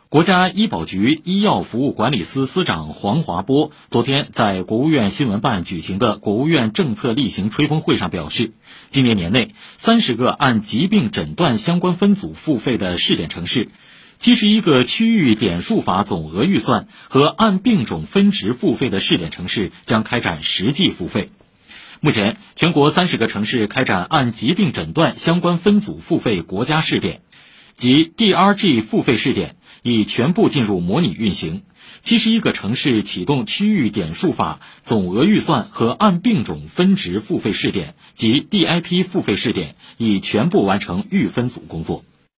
国家医保局医药服务管理司司长黄华波昨天在国务院新闻办举行的国务院政策例行吹风会上表示，今年年内30个按疾病诊断相关分组付费的试点城市，71个区域点数法总额预算和按病种分值付费的试点城市将开展实际付费。目前，全国30个城市开展按疾病诊断相关分组付费国家试点，即 DRG 付费试点已全部进入模拟运行，71个城市启动区域点数法总额预算和按病种分值付费试点及 DIP 付费试点已全部完成预分组工作。